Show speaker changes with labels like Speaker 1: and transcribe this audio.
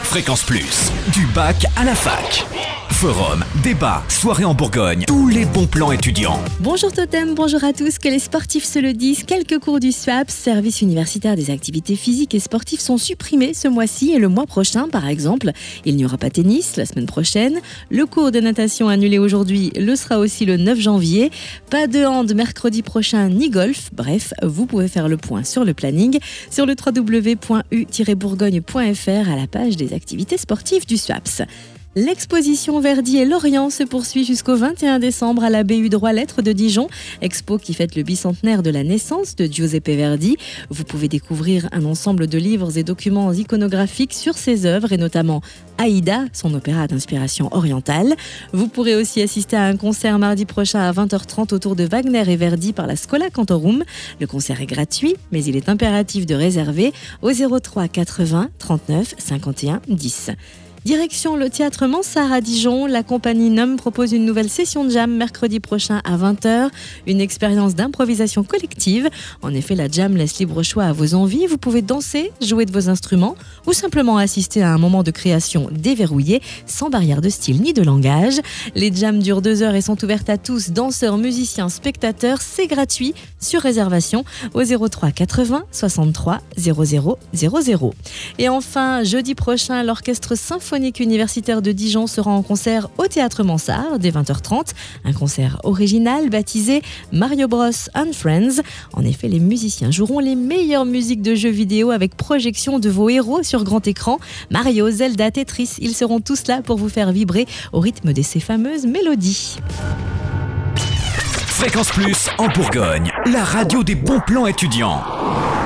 Speaker 1: Fréquence Plus, du bac à la fac. Forum, débat, soirée en Bourgogne, tous les bons plans étudiants.
Speaker 2: Bonjour Totem, bonjour à tous, que les sportifs se le disent, quelques cours du SUAPS, service universitaire des activités physiques et sportives sont supprimés ce mois-ci et le mois prochain par exemple. Il n'y aura pas tennis la semaine prochaine, le cours de natation annulé aujourd'hui le sera aussi le 9 janvier, pas de hand mercredi prochain ni golf, bref, vous pouvez faire le point sur le planning sur le www.u-bourgogne.fr à la page des activités sportives du SUAPS. L'exposition Verdi et Lorient se poursuit jusqu'au 21 décembre à la BU Droit-Lettres de Dijon, expo qui fête le bicentenaire de la naissance de Giuseppe Verdi. Vous pouvez découvrir un ensemble de livres et documents iconographiques sur ses œuvres et notamment Aïda, son opéra d'inspiration orientale. Vous pourrez aussi assister à un concert mardi prochain à 20h30 autour de Wagner et Verdi par la Schola Cantorum. Le concert est gratuit, mais il est impératif de réserver au 03 80 39 51 10. Direction le théâtre Mansart à Dijon, la compagnie NOM propose une nouvelle session de jam mercredi prochain à 20h, une expérience d'improvisation collective. En effet, la jam laisse libre choix à vos envies, vous pouvez danser, jouer de vos instruments ou simplement assister à un moment de création déverrouillé, sans barrière de style ni de langage. Les jams durent 2 heures et sont ouvertes à tous, danseurs, musiciens, spectateurs, c'est gratuit, sur réservation au 03 80 63 00 00. Et enfin, jeudi prochain, l'orchestre symphonique universitaire de Dijon sera en concert au théâtre Mansart dès 20h30, un concert original baptisé Mario Bros and Friends. En effet, les musiciens joueront les meilleures musiques de jeux vidéo avec projection de vos héros sur grand écran. Mario, Zelda, Tetris, ils seront tous là pour vous faire vibrer au rythme de ces fameuses mélodies.
Speaker 1: Fréquence Plus en Bourgogne, la radio des bons plans étudiants.